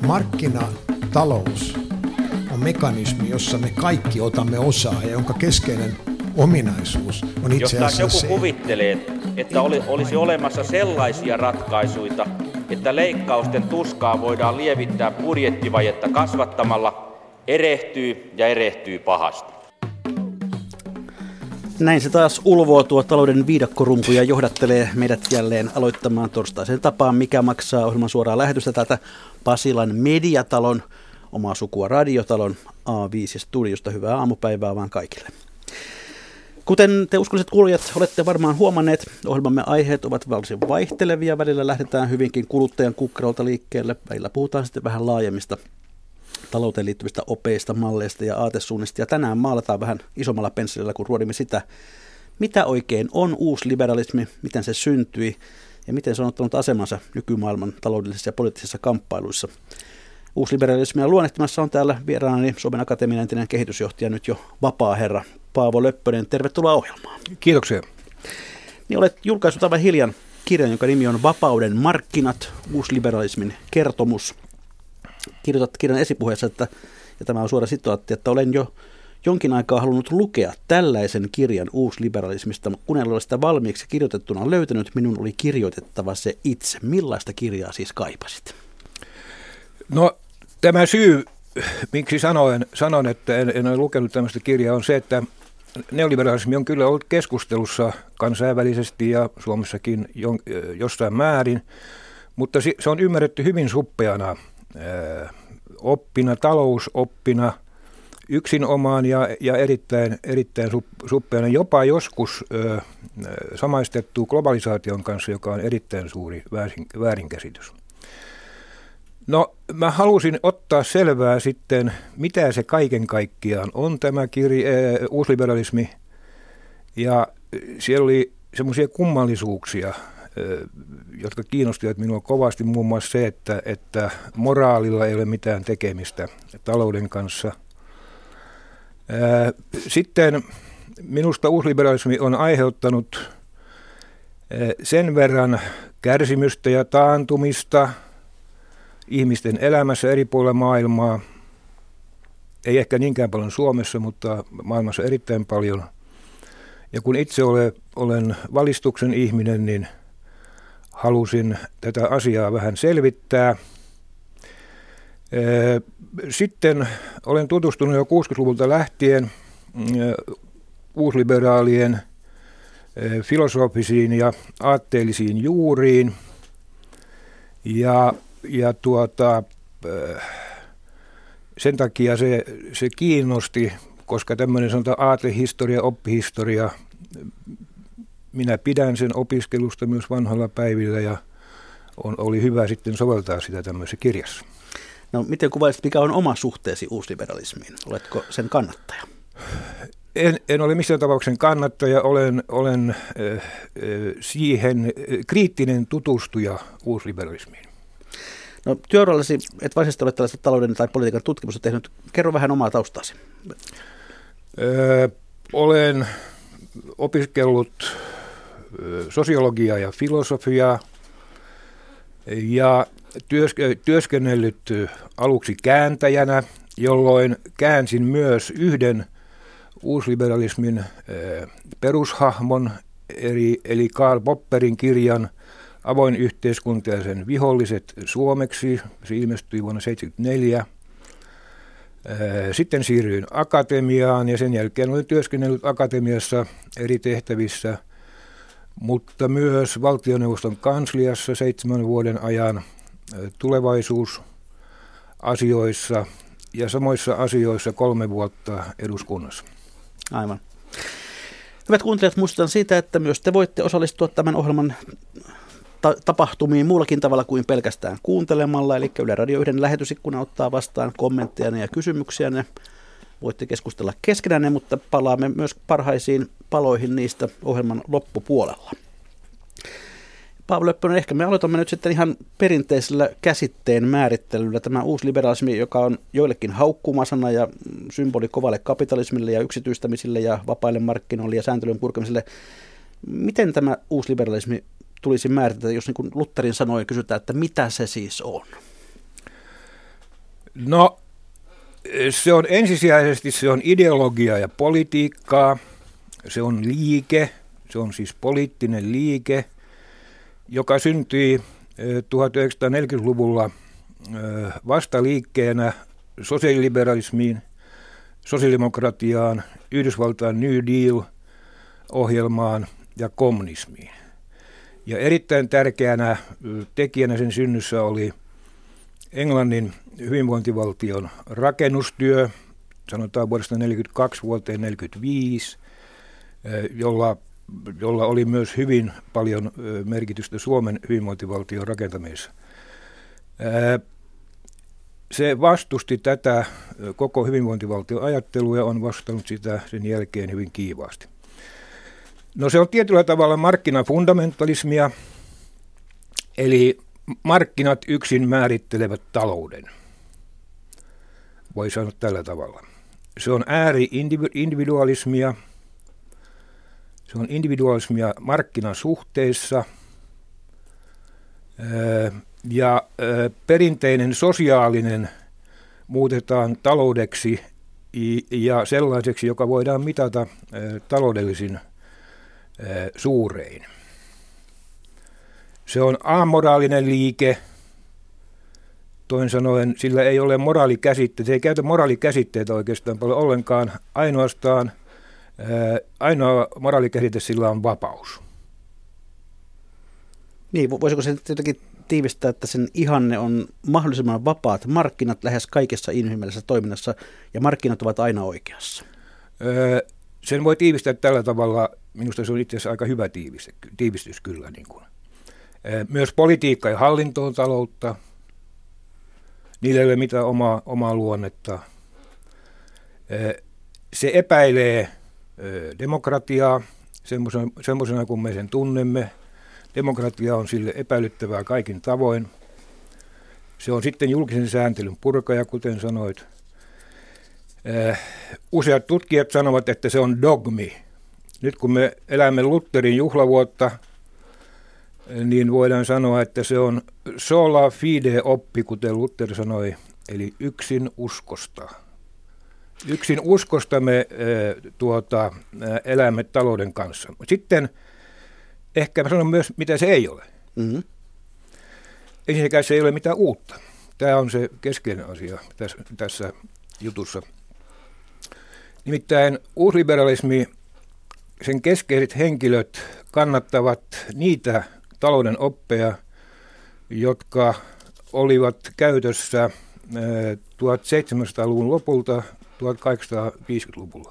Markkinatalous on mekanismi, jossa me kaikki otamme osaa ja jonka keskeinen ominaisuus on itse asiassa jos joku kuvittelee, että olisi olemassa sellaisia ratkaisuja, että leikkausten tuskaa voidaan lievittää budjettivajetta kasvattamalla, erehtyy pahasti. Näin se taas ulvoo tuo talouden viidakkorumpu ja johdattelee meidät jälleen aloittamaan torstaisen tapaan, mikä maksaa ohjelman suoraa lähetystä täältä Pasilan Mediatalon, omaa sukua Radiotalon A5-studiosta. Hyvää aamupäivää vaan kaikille. Kuten te uskolliset kuulijat olette varmaan huomanneet, ohjelmamme aiheet ovat varsin vaihtelevia. Välillä lähdetään hyvinkin kuluttajan kukkarolta liikkeelle. Välillä puhutaan sitten vähän laajemmista talouteen liittyvistä opeista, malleista ja aatesuunnista. Ja tänään maalataan vähän isommalla pensselillä, kun ruodimme sitä, mitä oikein on uusliberalismi, miten se syntyi ja miten se on ottanut asemansa nykymaailman taloudellisissa ja poliittisissa kamppailuissa. Uusliberalismia luonnehtimassa on täällä vieraanani Suomen Akatemian entinen kehitysjohtaja, nyt jo vapaa herra Paavo Löppönen. Tervetuloa ohjelmaan. Kiitoksia. Niin olet julkaissut aivan hiljan kirjan, jonka nimi on Vapauden markkinat, uusliberalismin kertomus. Kirjoitat kirjan esipuheessa, ja tämä on suora sitaatti, että olen jo jonkin aikaa halunnut lukea tällaisen kirjan uusliberalismista, mutta kun en ole sitä valmiiksi kirjoitettuna löytänyt, minun oli kirjoitettava se itse. Millaista kirjaa siis kaipasit? No tämä syy, miksi sanon että en ole lukenut tämmöistä kirjaa, on se, että neoliberalismi on kyllä ollut keskustelussa kansainvälisesti ja Suomessakin jossain määrin, mutta se on ymmärretty hyvin suppeana oppina, talousoppina, yksinomaan ja erittäin suppeana, jopa joskus samaistettu globalisaation kanssa, joka on erittäin suuri väärinkäsitys. No, mä halusin ottaa selvää sitten, mitä se kaiken kaikkiaan on tämä uusliberalismi, ja siellä oli semmoisia kummallisuuksia, jotka kiinnostivat minua kovasti, muun muassa se, että moraalilla ei ole mitään tekemistä talouden kanssa. Sitten minusta uusliberalismi on aiheuttanut sen verran kärsimystä ja taantumista ihmisten elämässä eri puolilla maailmaa, ei ehkä niinkään paljon Suomessa, mutta maailmassa erittäin paljon. Ja kun itse olen valistuksen ihminen, niin halusin tätä asiaa vähän selvittää. Sitten olen tutustunut jo 60-luvulta lähtien uusliberaalien filosofisiin ja aatteellisiin juuriin. Ja sen takia se kiinnosti, koska tämmöinen sanotaan aatehistoria, oppihistoria, minä pidän sen opiskelusta myös vanhalla päivillä ja oli hyvä sitten soveltaa sitä tämmöisessä kirjassa. No miten kuvailisit, mikä on oma suhteesi uusliberalismiin? Oletko sen kannattaja? En ole missään tapauksessa kannattaja, olen siihen kriittinen tutustuja uusliberalismiin. No työurallasi et varsinaisesti ole tällaista talouden tai politiikan tutkimusta tehnyt. Kerro vähän omaa taustasi. Olen opiskellut sosiologiaa ja filosofiaa ja työskennellyt aluksi kääntäjänä, jolloin käänsin myös yhden uusliberalismin perushahmon, eli Karl Popperin kirjan Avoin yhteiskunta ja sen viholliset suomeksi. Se ilmestyi vuonna 1974. Sitten siirryin akatemiaan ja sen jälkeen olen työskennellyt akatemiassa eri tehtävissä, mutta myös valtioneuvoston kansliassa 7 vuoden ajan tulevaisuusasioissa ja samoissa asioissa 3 vuotta eduskunnassa. Aivan. Hyvät kuuntelijat, muistutan siitä, että myös te voitte osallistua tämän ohjelman tapahtumiin muullakin tavalla kuin pelkästään kuuntelemalla. Eli Yle Radio 1 lähetysikkuna ottaa vastaan kommentteja ja kysymyksiä. Voitte keskustella keskenään, mutta palaamme myös parhaisiin paloihin niistä ohjelman loppupuolella. Paavo Löppönen, ehkä me aloitamme nyt sitten ihan perinteisellä käsitteen määrittelyllä. Tämä uusliberalismi, joka on joillekin haukkumasana ja symboli kovalle kapitalismille ja yksityistämisille ja vapaille markkinoille ja sääntelyn purkamiselle. Miten tämä uusliberalismi tulisi määritellä, jos niin kuin Lutherin sanoi kysytään, että mitä se siis on? No, se on ensisijaisesti se on ideologia ja politiikkaa, se on liike, se on siis poliittinen liike, joka syntyi 1940-luvulla vastaliikkeenä sosiaaliliberalismiin, sosiaalidemokratiaan, Yhdysvaltain New Deal-ohjelmaan ja kommunismiin. Ja erittäin tärkeänä tekijänä sen synnyssä oli Englannin hyvinvointivaltion rakennustyö, sanotaan vuodesta 1942 vuoteen 1945, jolla oli myös hyvin paljon merkitystä Suomen hyvinvointivaltion rakentamisessa. Se vastusti tätä koko hyvinvointivaltion ajattelua ja on vastannut sitä sen jälkeen hyvin kiivaasti. No se on tietyllä tavalla markkinafundamentalismia, eli markkinat yksin määrittelevät talouden. Voi sanoa tällä tavalla. Se on ääri-individualismia. Se on individualismia markkinasuhteissa ja perinteinen sosiaalinen muutetaan taloudeksi ja sellaiseksi, joka voidaan mitata taloudellisin suurein. Se on amoraalinen liike, toisin sanoen sillä ei ole moraalikäsitteitä, se ei käytä moraalikäsitteitä oikeastaan paljon ollenkaan, ainoa moraalikäsite sillä on vapaus. Niin, voisiko se jotenkin tiivistää, että sen ihanne on mahdollisimman vapaat markkinat lähes kaikessa inhimillisessä toiminnassa, ja markkinat ovat aina oikeassa? Sen voi tiivistää tällä tavalla, minusta se on itse asiassa aika hyvä tiivistys kyllä. Niin kuin. Myös politiikka ja hallinto on taloutta, niillä ei ole mitään omaa luonnetta. Se epäilee demokratiaa semmoisena kuin me sen tunnemme. Demokratia on sille epäilyttävää kaikin tavoin. Se on sitten julkisen sääntelyn purkaja, kuten sanoit. Useat tutkijat sanovat, että se on dogmi. Nyt kun me elämme Lutherin juhlavuotta, niin voidaan sanoa, että se on sola fide-oppi, kuten Luther sanoi, eli yksin uskosta. Yksin uskosta me elämme talouden kanssa. Sitten ehkä mä sanon myös, mitä se ei ole. Mm-hmm. Ensinnäkään se ei ole mitään uutta. Tämä on se keskeinen asia tässä jutussa. Nimittäin uusliberalismi, sen keskeiset henkilöt kannattavat niitä talouden oppeja, jotka olivat käytössä 1700-luvun lopulta 1850-luvulla.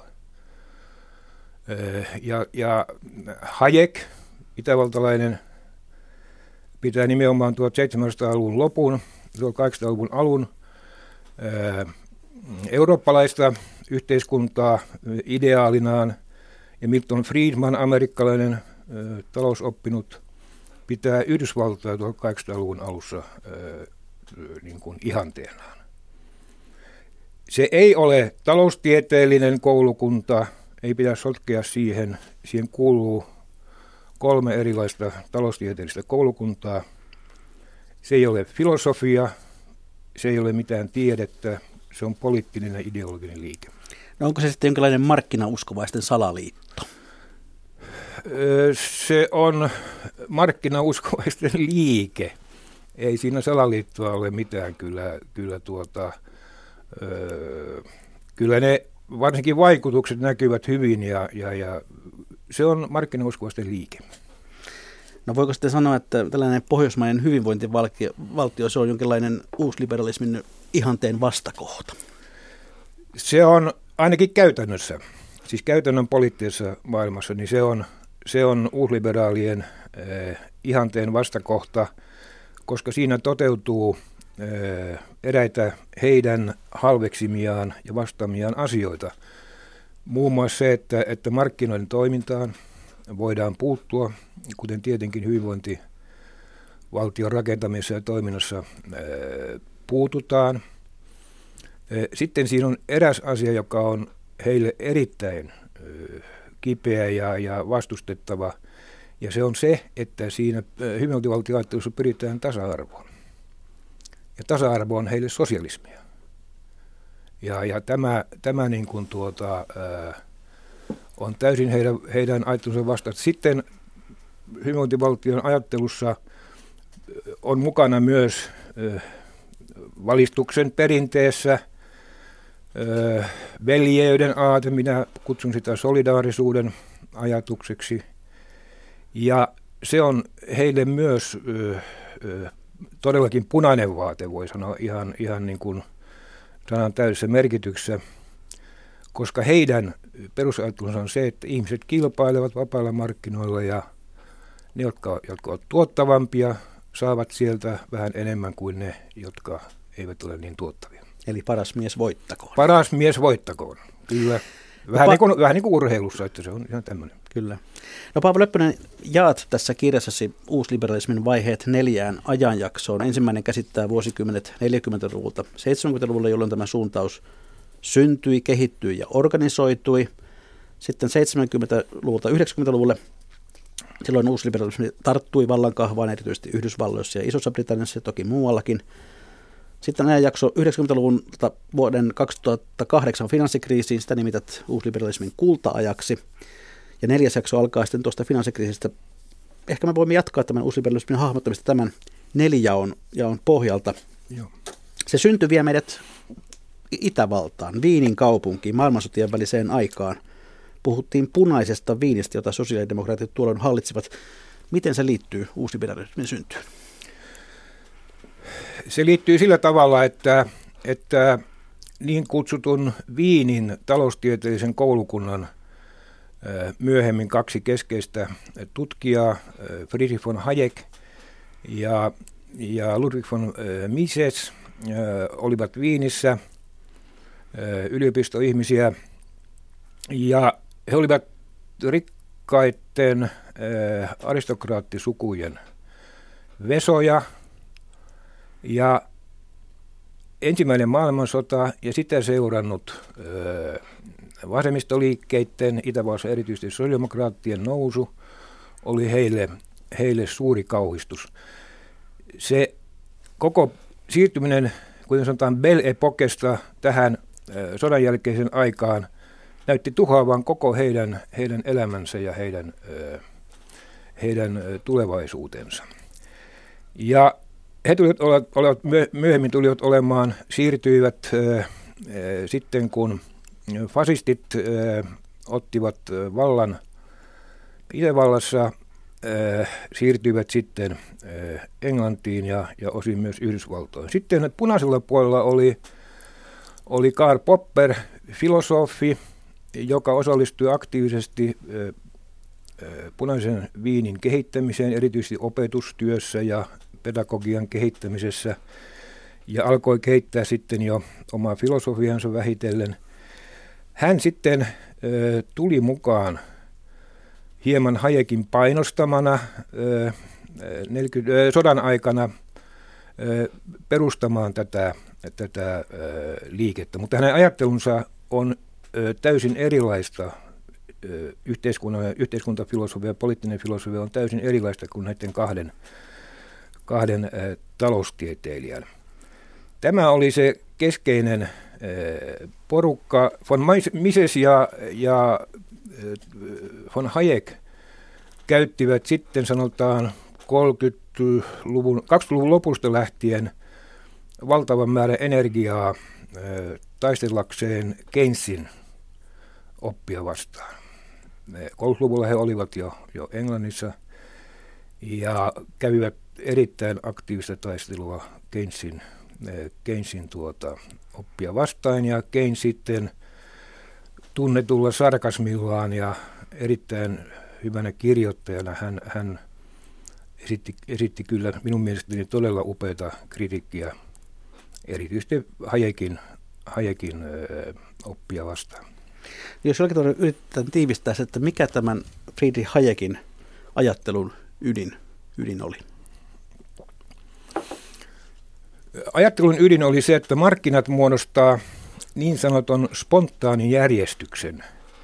Ja Hayek, itävaltalainen, pitää nimenomaan 1700-luvun lopun, 1800-luvun alun eurooppalaista yhteiskuntaa ideaalinaan, ja Milton Friedman, amerikkalainen talousoppinut, pitää Yhdysvaltoja 1800-luvun alussa niin kuin ihanteenaan. Se ei ole taloustieteellinen koulukunta, ei pidä sotkea siihen. Siihen kuuluu 3 erilaista taloustieteellistä koulukuntaa. Se ei ole filosofia, se ei ole mitään tiedettä, se on poliittinen ja ideologinen liike. No onko se sitten jonkinlainen markkinauskovaisten salaliitto? Se on markkinauskovaisten liike. Ei siinä salaliittoa ole mitään. Kyllä ne varsinkin vaikutukset näkyvät hyvin ja se on markkinauskovaisten liike. No voiko sitten sanoa, että tällainen pohjoismainen hyvinvointivaltio, se on jonkinlainen uusliberalismin ihanteen vastakohta? Se on ainakin käytännössä, siis käytännön poliittisessa maailmassa, niin se on uusliberaalien ihanteen vastakohta, koska siinä toteutuu eräitä heidän halveksimiaan ja vastaamiaan asioita. Muun muassa se, että markkinoiden toimintaan voidaan puuttua, kuten tietenkin hyvinvointivaltion rakentamisessa ja toiminnassa puututaan. Sitten siinä on eräs asia, joka on heille erittäin kipeä ja vastustettava, ja se on se, että siinä hyvinvointivaltioajattelussa pyritään tasa-arvoon. Ja tasa-arvo on heille sosialismia. Ja tämä niin kuin on täysin heidän ajattelunsa vastaan. Sitten hyvinvointivaltion ajattelussa on mukana myös valistuksen perinteessä veljeyden aate, minä kutsun sitä solidaarisuuden ajatukseksi. Ja se on heille myös todellakin punainen vaate, voi sanoa ihan niin kuin sanan täydessä merkityksessä, koska heidän perusajattelunsa on se, että ihmiset kilpailevat vapailla markkinoilla ja ne, jotka ovat tuottavampia, saavat sieltä vähän enemmän kuin ne, jotka eivät ole niin tuottavia. Eli paras mies voittakoon. Paras mies voittakoon, kyllä. Vähän niin kuin urheilussa, että se on ihan tämmöinen. Kyllä. No Paavo Löppönen, jaat tässä kirjassasi uusliberalismin vaiheet 4 ajanjaksoon. Ensimmäinen käsittää vuosikymmenet 40-luvulta 70-luvulle, jolloin tämä suuntaus syntyi, kehittyi ja organisoitui. Sitten 70-luvulta 90-luvulle, silloin uusliberalismi tarttui vallankahvaan erityisesti Yhdysvalloissa ja Isossa Britanniassa ja toki muuallakin. Sitten ajanjakso 90-luvulta vuoden 2008 finanssikriisiin, sitä nimität uusliberalismin kulta-ajaksi. Ja 4. jakso alkaa sitten tuosta finanssikriisistä. Ehkä me voimme jatkaa tämän uusliberalismin hahmottamista tämän 4 jaon pohjalta. Joo. Se syntyi vie meidät Itävaltaan, Viinin kaupunkiin, maailmansotien väliseen aikaan. Puhuttiin punaisesta viinistä, jota sosiaalidemokraatit tuolloin hallitsivat. Miten se liittyy uusliberalismin syntyyn? Se liittyy sillä tavalla, että niin kutsutun Viinin taloustieteellisen koulukunnan myöhemmin 2 keskeistä tutkijaa, Friedrich von Hayek ja Ludwig von Mises, olivat Viinissä yliopistoihmisiä, ja he olivat rikkaiden aristokraattisukujen vesoja, ja ensimmäinen maailmansota ja sitä seurannut vasemmistoliikkeiden, Itävallassa erityisesti sosiaalidemokraattien nousu, oli heille suuri kauhistus. Se koko siirtyminen, kuten sanotaan, Belle Epokesta tähän sodan jälkeiseen aikaan näytti tuhoavan koko heidän elämänsä ja heidän tulevaisuutensa. Ja he myöhemmin siirtyivät sitten, kun fasistit ottivat vallan Itävallassa, siirtyivät sitten Englantiin ja osin myös Yhdysvaltoihin. Sitten punaisella puolella oli Karl Popper, filosofi, joka osallistui aktiivisesti punaisen viinin kehittämiseen, erityisesti opetustyössä ja pedagogian kehittämisessä, ja alkoi kehittää sitten jo omaa filosofiansa vähitellen. Hän sitten tuli mukaan hieman Hayekin painostamana sodan aikana perustamaan tätä liikettä, mutta hänen ajattelunsa on täysin erilaista. Yhteiskuntafilosofia ja poliittinen filosofia on täysin erilaista kuin näiden kahden taloustieteilijän. Tämä oli se keskeinen porukka. Von Mises ja von Hayek käyttivät sitten sanotaan 20-luvun lopusta lähtien valtavan määrän energiaa taistellakseen Keynesin oppia vastaan. 30-luvulla he olivat jo Englannissa ja kävivät erittäin aktiivista taistelua Keynesin oppia vastaan, ja Keynes sitten tunnetulla sarkasmillaan ja erittäin hyvänä kirjoittajana hän esitti kyllä minun mielestäni todella upeata kritiikkiä erityisesti Hayekin oppia vastaan. Jos jollakin tavalla yritetään tiivistää se, että mikä tämän Friedrich Hayekin ajattelun ydin oli? Ajattelun ydin oli se, että markkinat muodostaa niin sanotun spontaanin järjestyksen,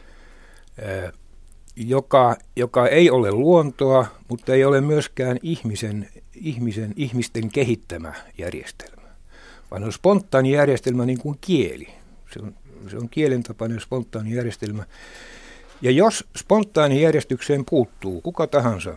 joka ei ole luontoa, mutta ei ole myöskään ihmisten kehittämä järjestelmä, vaan on spontaani järjestelmä niin kuin kieli. Se on kielentapainen spontaani järjestelmä. Ja jos spontaanijärjestykseen puuttuu kuka tahansa,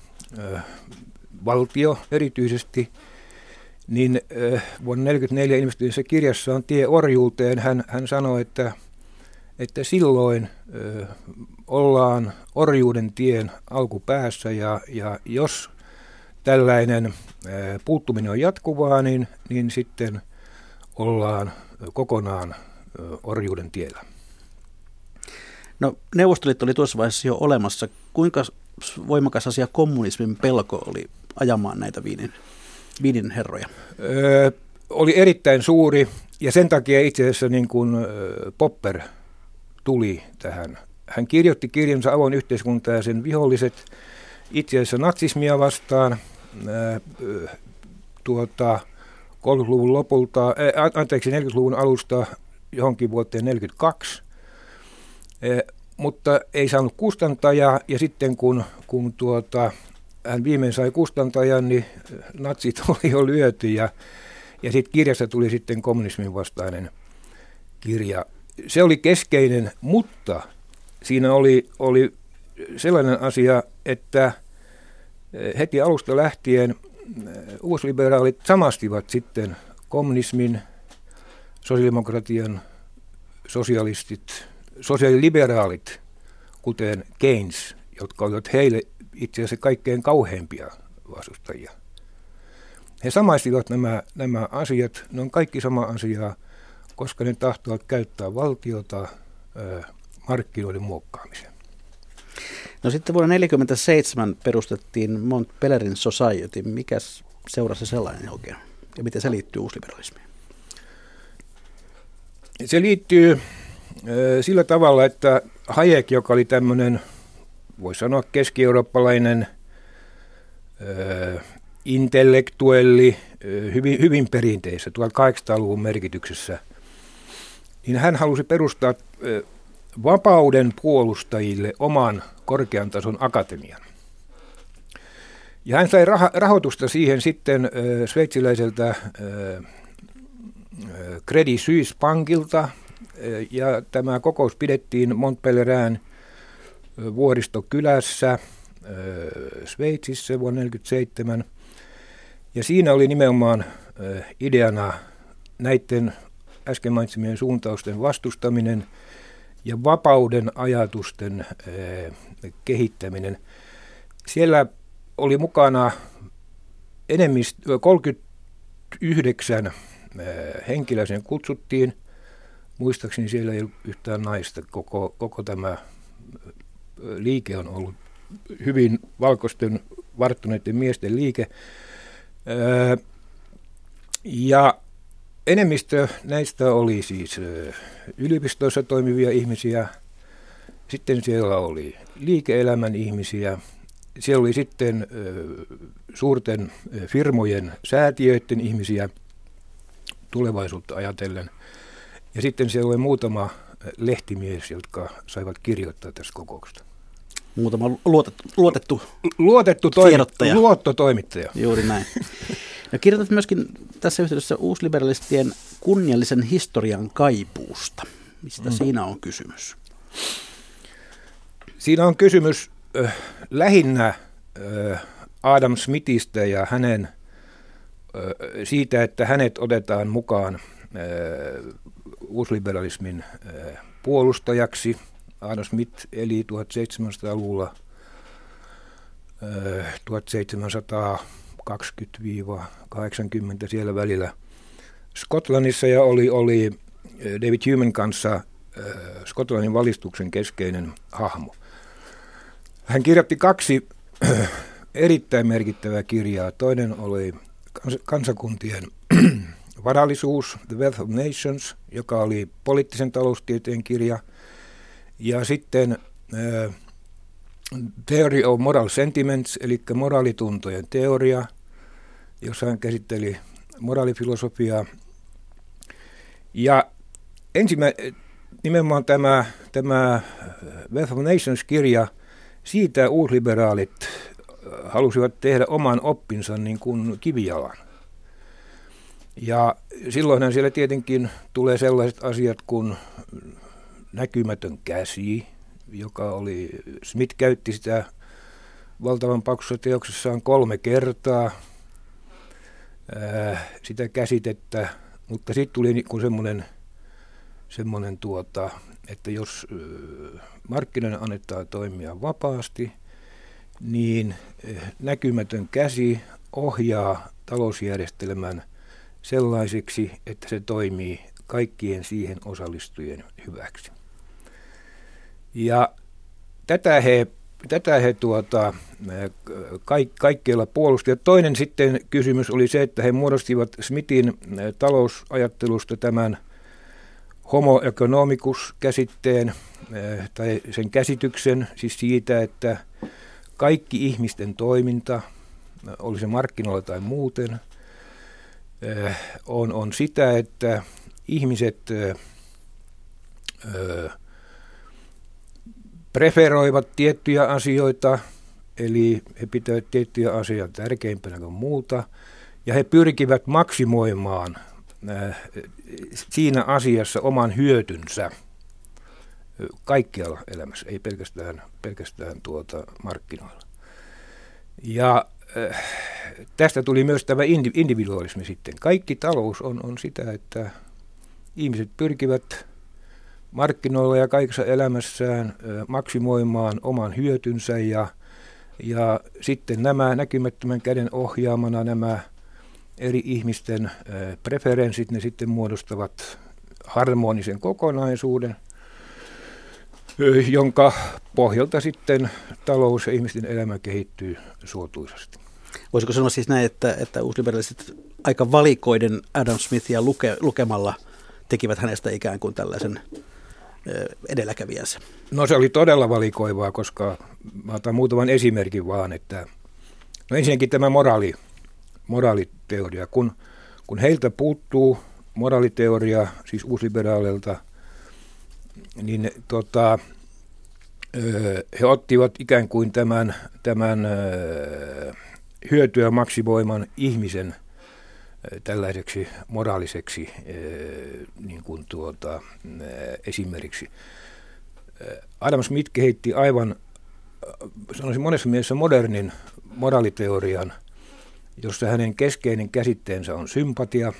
valtio erityisesti, niin vuonna 1944 ilmestyneessä kirjassaan Tie orjuuteen hän sanoi, että silloin ollaan orjuuden tien alkupäässä ja jos tällainen puuttuminen on jatkuvaa, niin sitten ollaan kokonaan orjuuden tiellä. No, Neuvostoliitto oli tuossa vaiheessa jo olemassa. Kuinka voimakas asia kommunismin pelko oli ajamaan näitä Wienin herroja? Oli erittäin suuri, ja sen takia itse asiassa niin kuin Popper tuli tähän. Hän kirjoitti kirjansa Avoin yhteiskunta ja sen viholliset itse asiassa natsismia vastaan 30-luvun lopulta, 40-luvun alusta johonkin vuoteen 1942, mutta ei saanut kustantajaa, ja sitten kun hän viimein sai kustantajan, niin natsit oli jo lyöty, ja sitten kirjasta tuli sitten kommunismin vastainen kirja. Se oli keskeinen, mutta siinä oli sellainen asia, että heti alusta lähtien uusliberaalit samastivat sitten kommunismin, sosiaalidemokratian, sosialistit, sosiaaliliberaalit, kuten Keynes, jotka olivat heille itse asiassa kaikkein kauheimpia vastustajia. He samaistivat nämä asiat, ne on kaikki sama asiaa, koska ne tahtovat käyttää valtiota markkinoiden muokkaamiseen. No sitten vuonna 1947 perustettiin Mont Pelerin Society. Mikäs seurasi sellainen oikein? Ja miten se liittyy uusliberalismiin? Se liittyy sillä tavalla, että Hayek, joka oli tämmöinen, voisi sanoa keski-eurooppalainen intellektuelli, hyvin perinteisessä 1800-luvun merkityksessä, niin hän halusi perustaa vapauden puolustajille oman korkean tason akatemian. Ja hän sai rahoitusta siihen sitten sveitsiläiseltä Credit Suisse Pankilta, ja tämä kokous pidettiin Montpellerin vuoristokylässä Sveitsissä vuonna 1947. Ja siinä oli nimenomaan ideana näiden äsken mainitsemien suuntausten vastustaminen ja vapauden ajatusten kehittäminen. Siellä oli mukana 39 henkilöä, sen kutsuttiin. Muistaakseni siellä ei ollut yhtään naista. Koko tämä liike on ollut hyvin valkoisten varttuneiden miesten liike. Ja enemmistö näistä oli siis yliopistoissa toimivia ihmisiä. Sitten siellä oli liike-elämän ihmisiä. Siellä oli sitten suurten firmojen, säätiöiden ihmisiä tulevaisuutta ajatellen. Ja sitten siellä oli muutama lehtimies, jotka saivat kirjoittaa tässä kokouksesta. Muutama luotettu tiedottaja. Luottotoimittaja. Juuri näin. Ja kirjoitat myöskin tässä yhteydessä uusliberalistien kunniallisen historian kaipuusta. Mistä siinä on kysymys? Siinä on kysymys lähinnä Adam Smithistä ja hänen siitä, että hänet otetaan mukaan uusliberalismin puolustajaksi. Adam Smith eli 1700-luvulla 1720-80 siellä välillä Skotlannissa ja oli David Humen kanssa Skotlannin valistuksen keskeinen hahmo. Hän kirjoitti 2 erittäin merkittävää kirjaa. Toinen oli Kansakuntien varallisuus, The Wealth of Nations, joka oli poliittisen taloustieteen kirja. Ja sitten Theory of Moral Sentiments, eli moraalituntojen teoria, jossa hän käsitteli moraalifilosofiaa. Ja nimenomaan tämä Wealth of Nations-kirja, siitä uusliberaalit halusivat tehdä oman oppinsa niin kuin kivijalan. Ja silloinhan siellä tietenkin tulee sellaiset asiat kuin näkymätön käsi, joka oli, Smith käytti sitä valtavan paksussa teoksessaan 3 kertaa, sitä käsitettä, mutta sitten tuli niin semmoinen että jos markkinoiden annetaan toimia vapaasti, niin näkymätön käsi ohjaa talousjärjestelmän sellaiseksi, että se toimii kaikkien siihen osallistujien hyväksi. Ja tätä he kaikkialla puolustivat. Toinen sitten kysymys oli se, että he muodostivat Smithin talousajattelusta tämän homo economicus-käsitteen tai sen käsityksen, siis siitä, että kaikki ihmisten toiminta, oli se markkinoilla tai muuten, on sitä, että ihmiset preferoivat tiettyjä asioita, eli he pitävät tiettyjä asioita tärkeimpänä kuin muuta, ja he pyrkivät maksimoimaan siinä asiassa oman hyötynsä kaikkialla elämässä, ei pelkästään markkinoilla. Ja tästä tuli myös tämä individualismi sitten. Kaikki talous on sitä, että ihmiset pyrkivät markkinoilla ja kaikessa elämässään maksimoimaan oman hyötynsä ja sitten nämä näkymättömän käden ohjaamana nämä eri ihmisten preferenssit, ne sitten muodostavat harmonisen kokonaisuuden, jonka pohjalta sitten talous ja ihmisten elämä kehittyy suotuisasti. Voisiko sanoa siis näin, että uusliberalistit aika valikoiden Adam Smithia lukemalla tekivät hänestä ikään kuin tällaisen edelläkävijänsä? No se oli todella valikoivaa, koska mä otan muutaman esimerkin vaan, että no ensinnäkin tämä moraaliteoria, kun heiltä puuttuu moraaliteoria, siis uusliberaaleilta, niin he ottivat ikään kuin tämän hyötyä maksimoiman ihmisen tällaiseksi moraaliseksi niin kuin esimerkiksi. Adam Smith kehitti aivan, sanoisin monessa mielessä modernin moraaliteorian, jossa hänen keskeinen käsitteensä on sympatia,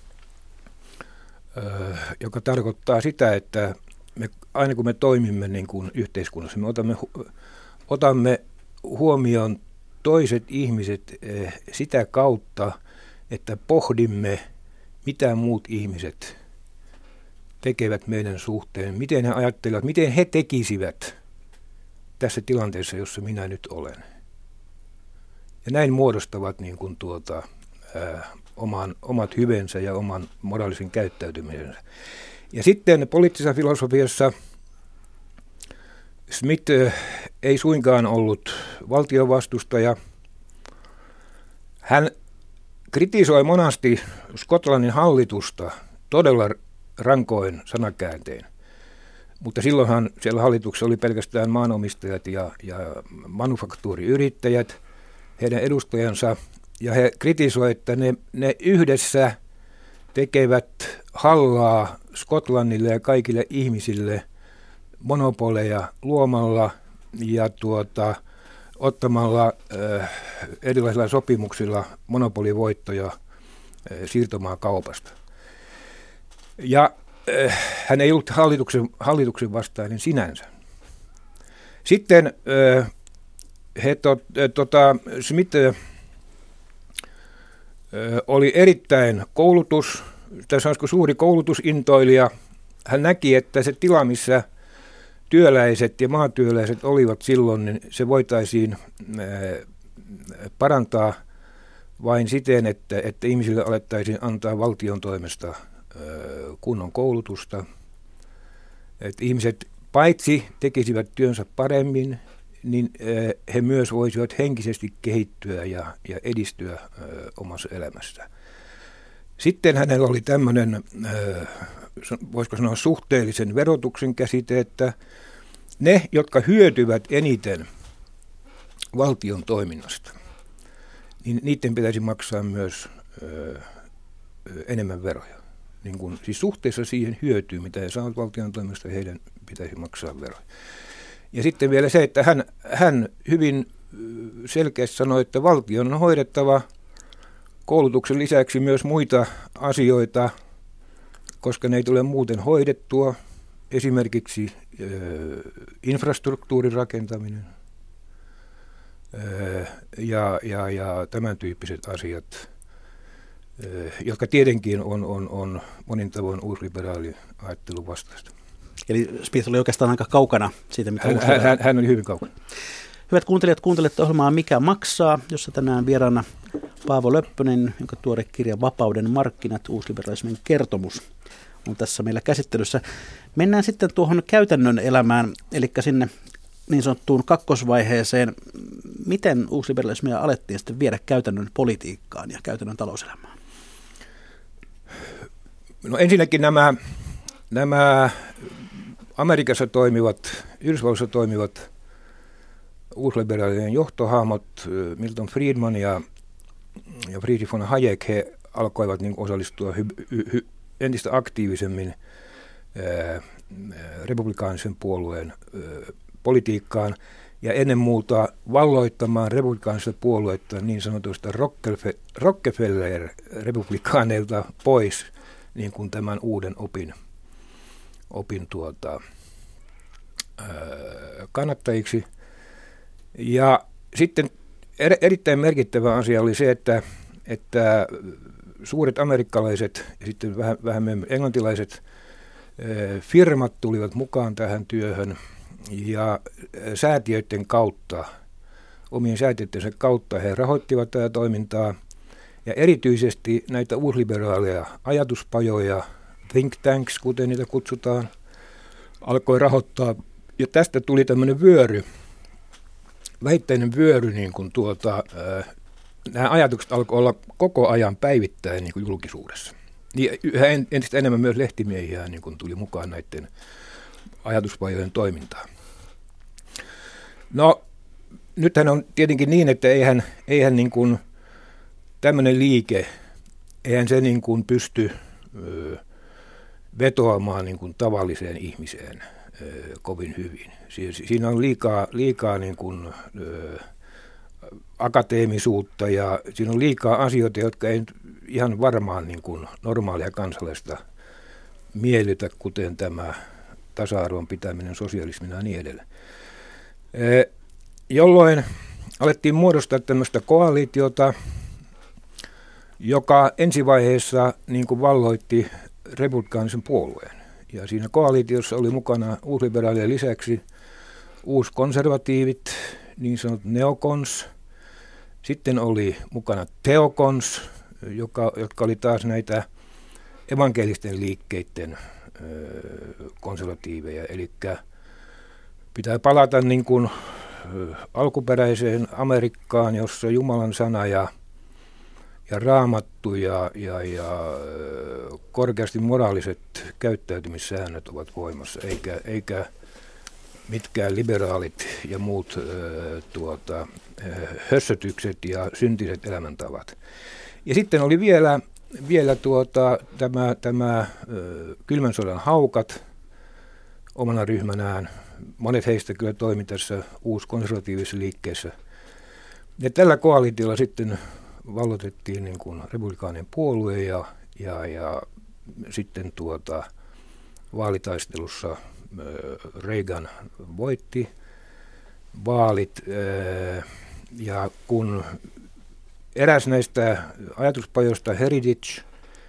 joka tarkoittaa sitä, että aina kun me toimimme niin kuin yhteiskunnassa, me otamme huomioon toiset ihmiset sitä kautta, että pohdimme, mitä muut ihmiset tekevät meidän suhteen, miten he ajattelevat, miten he tekisivät tässä tilanteessa, jossa minä nyt olen. Ja näin muodostavat niin kuin omat hyvensä ja oman moraalisen käyttäytymisensä. Ja sitten poliittisessa filosofiassa Smith ei suinkaan ollut valtionvastustaja. Hän kritisoi monasti Skotlannin hallitusta todella rankoin sanakääntein, mutta silloinhan siellä hallituksessa oli pelkästään maanomistajat ja manufaktuuriyrittäjät, heidän edustajansa, ja he kritisoivat, että ne yhdessä tekevät hallaa Skotlannille ja kaikille ihmisille monopoleja luomalla ja ottamalla erilaisilla sopimuksilla monopolivoittoja siirtomaakaupasta. Ja hän ei ollut hallituksen vastainen sinänsä. Sitten Smith oli erittäin tässä olisiko suuri koulutusintoilija. Hän näki, että se tila, missä työläiset ja maatyöläiset olivat silloin, niin se voitaisiin parantaa vain siten, että ihmisille alettaisiin antaa valtion toimesta kunnon koulutusta. Että ihmiset paitsi tekisivät työnsä paremmin, niin he myös voisivat henkisesti kehittyä ja edistyä omassa elämässä. Sitten hänellä oli tämmöinen, voisiko sanoa suhteellisen verotuksen käsite, että ne, jotka hyötyvät eniten valtion toiminnasta, niin niiden pitäisi maksaa myös enemmän veroja. Niin kuin, siis suhteessa siihen hyötyyn, mitä he saavat valtion toimesta, heidän pitäisi maksaa veroja. Ja sitten vielä se, että hän hyvin selkeästi sanoi, että valtion on hoidettava koulutuksen lisäksi myös muita asioita, koska ne ei tule muuten hoidettua. Esimerkiksi infrastruktuurin rakentaminen ja tämän tyyppiset asiat, jotka tietenkin on monin tavoin uusliberaali ajattelun vastaista. Eli Smith oli oikeastaan aika kaukana siitä, mitä hän oli hyvin kaukana. Hyvät kuuntelijat, kuuntelette ohjelmaa Mikä maksaa, jossa tänään vieraana Paavo Löppönen, jonka tuore kirja Vapauden markkinat, uusliberalismin kertomus on tässä meillä käsittelyssä. Mennään sitten tuohon käytännön elämään, eli sinne niin sanottuun kakkosvaiheeseen. Miten uusliberalismia alettiin sitten viedä käytännön politiikkaan ja käytännön talouselämään? No ensinnäkin nämä Amerikassa toimivat, Yhdysvalloissa toimivat uusliberaalien johtohahmot, Milton Friedman ja Friedrich von Hayek, he alkoivat niin osallistua entistä aktiivisemmin republikaanisen puolueen politiikkaan ja ennen muuta valloittamaan republikaanista puoluetta niin sanotuista Rockefeller-republikaaneilta pois niin kuin tämän uuden opin kannattajiksi. Ja sitten erittäin merkittävä asia oli se, että suuret amerikkalaiset ja sitten vähän englantilaiset firmat tulivat mukaan tähän työhön ja säätiöiden kautta, omien säätiöidensä kautta he rahoittivat tätä toimintaa ja erityisesti näitä uusliberaaleja ajatuspajoja, think tanks, kuten niitä kutsutaan, alkoi rahoittaa ja tästä tuli tämmöinen vyöry, väitteinen vyöry, niin kuin nämä ajatukset alkoi olla koko ajan päivittäin niin kuin julkisuudessa. Ja yhä entistä enemmän myös lehtimiehiä niin kuin tuli mukaan näiden ajatuspajojen toimintaan. No, nythän on tietenkin niin, että eihän niin kuin tämmöinen liike, eihän se niin kuin pysty vetoamaan niin kuin tavalliseen ihmiseen kovin hyvin. Siinä on liikaa niin kuin, akateemisuutta ja siinä on liikaa asioita, jotka ei ihan varmaan niin kuin normaalia kansalaista miellytä, kuten tämä tasa-arvon pitäminen sosialismina ja niin edelleen. Jolloin alettiin muodostaa tämmöistä koalitiota, joka ensivaiheessa niin kuin valloitti republikaanisen puolueen. Ja siinä koalitiossa oli mukana uusliberaalien lisäksi uuskonservatiivit, niin sanotut neokons. Sitten oli mukana teokons, jotka oli taas näitä evankelisten liikkeiden konservatiiveja. Eli pitää palata niin kuin alkuperäiseen Amerikkaan, jossa Jumalan sana ja raamattu ja korkeasti moraaliset käyttäytymissäännöt ovat voimassa, eikä mitkään liberaalit ja muut hössötykset ja syntiset elämäntavat. Ja sitten oli vielä tämä kylmän sodan haukat omana ryhmänään. Monet heistä kyllä toimi tässä uuskonservatiivisessa liikkeessä. Ja tällä koalitiolla sitten valloitettiin niin kuin republikaanien puolue ja sitten vaalitaistelussa Reagan voitti vaalit ja kun eräs näistä ajatuspajoista Heritage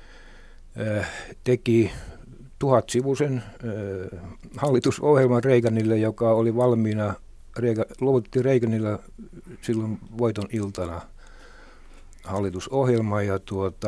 teki 1000-sivuisen hallitusohjelman Reaganille, joka oli valmiina, luovutettiin Reaganilla silloin voiton iltana hallitusohjelma ja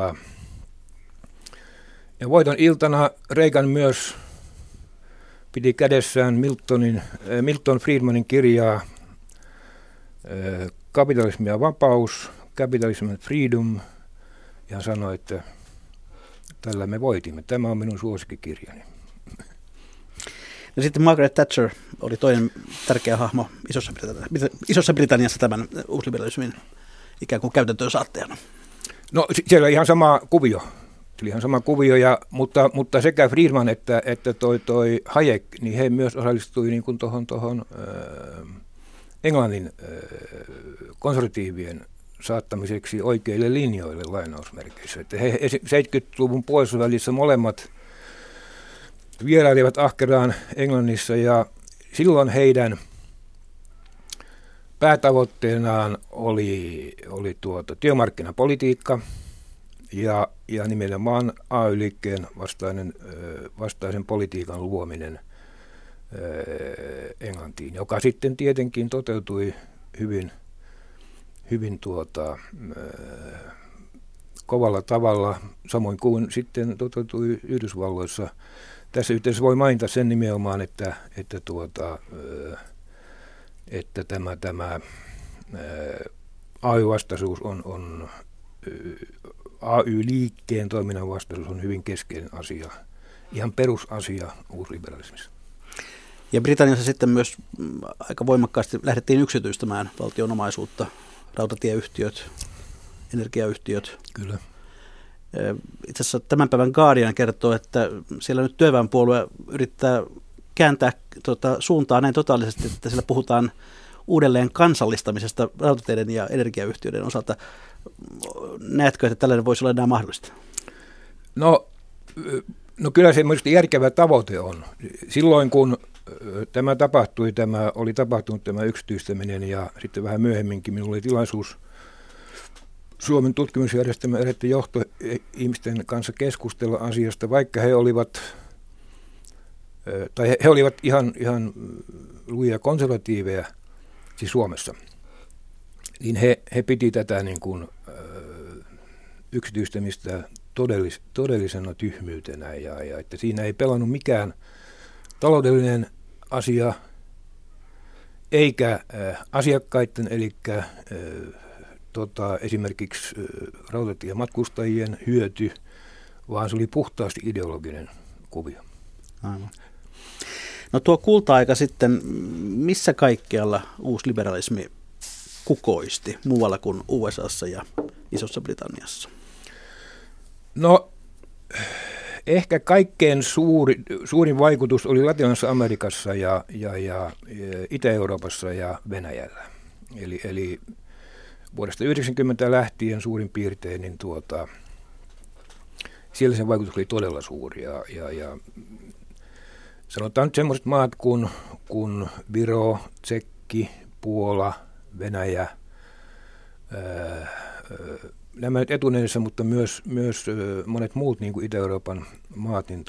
voiton iltana Reagan myös piti kädessään Milton Friedmanin kirjaa Kapitalismi ja vapaus, Capitalism and Freedom, ja hän sanoi, että tällä me voitimme. Tämä on minun suosikkikirjani. No sitten Margaret Thatcher oli toinen tärkeä hahmo Isossa Britanniassa tämän uusliberalismin ikään kuin käytäntöön saattajana. No siellä on ihan sama kuvio. ihan sama kuvio, mutta sekä Friedman että toi Hayek, niin he myös osallistui niin kuin tuohon Englannin konservatiivien saattamiseksi oikeille linjoille lainausmerkeissä. Että he 70-luvun puolivälissä molemmat vierailivat ahkeraan Englannissa ja silloin heidän päätavoitteenaan oli työmarkkinapolitiikka ja nimenomaan AY-liikkeen vastaisen politiikan luominen Englantiin, joka sitten tietenkin toteutui hyvin kovalla tavalla, samoin kuin sitten toteutui Yhdysvalloissa. Tässä yhteydessä voi mainita sen nimenomaan, että tämä AY-vastaisuus on AY-liikkeen toiminnan vastaisuus on hyvin keskeinen asia, ihan perusasia uusliberalismissa. Ja Britanniassa sitten myös aika voimakkaasti lähdettiin yksityistämään valtion omaisuutta, rautatieyhtiöt, energiayhtiöt. Kyllä. Itse asiassa tämän päivän Guardian kertoo, että siellä nyt työväenpuolue yrittää kääntää suuntaa näin totaalisesti, että siellä puhutaan uudelleen kansallistamisesta rautateiden ja energiayhtiöiden osalta. Näetkö, että tällainen voisi olla enää mahdollista? No kyllä se mielestäni järkevä tavoite on. Silloin kun oli tapahtunut tämä yksityistäminen ja sitten vähän myöhemminkin minulla oli tilaisuus Suomen tutkimusjärjestelmän eräiden johtoihmisten kanssa keskustella asiasta, vaikka he olivat ihan lujia konservatiiveja, siis Suomessa, niin he piti tätä niin kuin, yksityistämistä todellisena tyhmyytenä ja että siinä ei pelannut mikään taloudellinen asia eikä asiakkaiden, eli esimerkiksi rautatiematkustajien hyöty, vaan se oli puhtaasti ideologinen kuvio. Aivan. No tuo kulta-aika sitten, missä kaikkialla uusliberalismi kukoisti muualla kuin USAssa ja Isossa Britanniassa? No ehkä kaikkein suurin vaikutus oli Latinalaisessa Amerikassa ja Itä-Euroopassa ja Venäjällä. Eli vuodesta 1990 lähtien suurin piirtein, niin siellä sen vaikutus oli todella suuri. Ja sanotaan nyt sellaiset maat kuin Viro, Tsekki, Puola, Venäjä, nämä nyt etunenässä, mutta myös monet muut niin kuin Itä-Euroopan maat, niin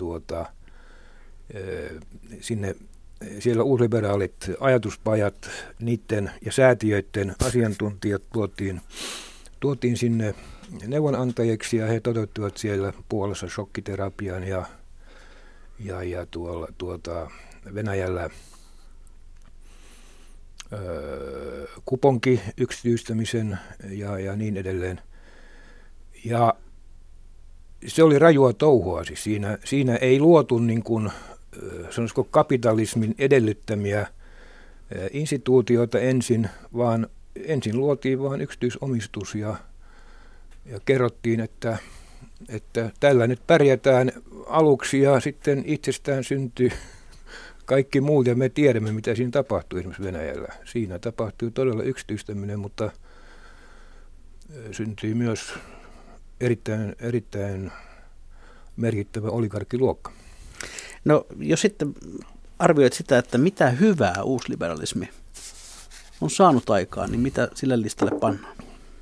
siellä uusliberaalit ajatuspajat, niiden ja säätiöiden asiantuntijat tuotiin sinne neuvonantajiksi ja he toteuttivat siellä Puolassa shokkiterapian ja Venäjällä kuponki yksityistämisen ja niin edelleen. Ja se oli rajua touhua, siis siinä ei luotu niin kuin, sanoisiko kapitalismin edellyttämiä instituutioita ensin, vaan ensin luotiin vain yksityisomistus ja kerrottiin, että tällä nyt pärjätään aluksi ja sitten itsestään syntyy kaikki muut ja me tiedämme, mitä siinä tapahtui esimerkiksi Venäjällä. Siinä tapahtui todella yksityistäminen, mutta syntyi myös erittäin merkittävä oligarkkiluokka. No jos sitten arvioit sitä, että mitä hyvää uusliberalismi on saanut aikaan, niin mitä sille listalle pannaan?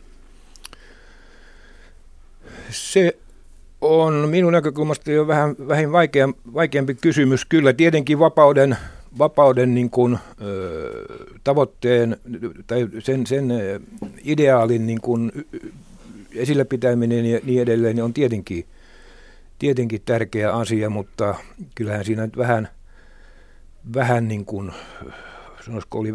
Se on minun näkökulmasta jo vähän vaikeampi kysymys. Kyllä tietenkin vapauden niin kuin, tavoitteen tai sen ideaalin niin kuin, esillä pitäminen ja niin edelleen niin on tietenkin tärkeä asia, mutta kyllähän siinä nyt vähän niin kuin, sanoisiko oli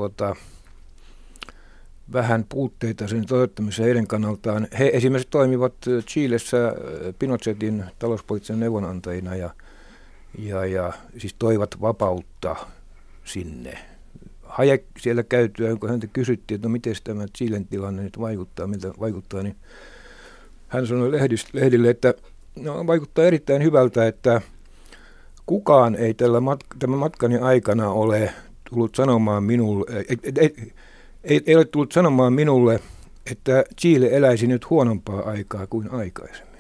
vähän puutteita sen toteuttamisessa heidän kannaltaan. He esimerkiksi toimivat Chilessä Pinochetin talouspoliittisen neuvonantajina ja siis toivat vapautta sinne. Hayek siellä käytyä, kun häntä kysyttiin, että no miten tämä Chilen tilanne nyt vaikuttaa, miltä vaikuttaa, niin hän sanoi lehdille, että vaikuttaa erittäin hyvältä, että kukaan ei tämän matkani aikana ole tullut sanomaan minulle, ei ole tullut sanomaan minulle, että Chile eläisi nyt huonompaa aikaa kuin aikaisemmin.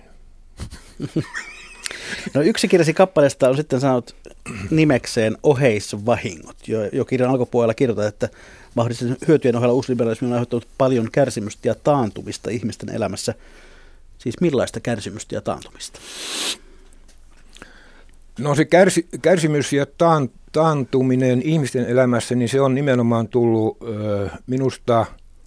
No yksi kirjasi kappaleesta on sitten sanonut nimekseen oheisvahingot. Jo kirjan alkupuolella kirjoitat, että mahdollisten hyötyjen ohella uusliberalismi on aiheuttanut paljon kärsimystä ja taantumista ihmisten elämässä. Siis millaista kärsimystä ja taantumista? No se kärsimys ja taantuminen ihmisten elämässä, niin se on nimenomaan tullut minusta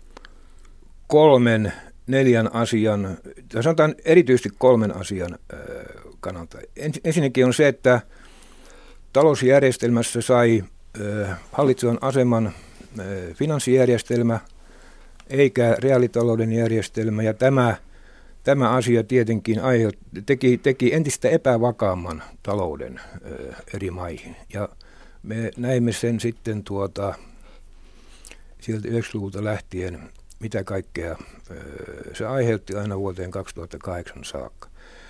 3-4 asian, tai sanotaan erityisesti 3 asian kannalta. Ensinnäkin on se, että talousjärjestelmässä sai hallitsevan aseman finanssijärjestelmä eikä reaalitalouden järjestelmä, ja tämä asia tietenkin teki entistä epävakaamman talouden eri maihin. Ja me näimme sen sitten sieltä 90-luvulta lähtien, mitä kaikkea se aiheutti aina vuoteen 2008 saakka,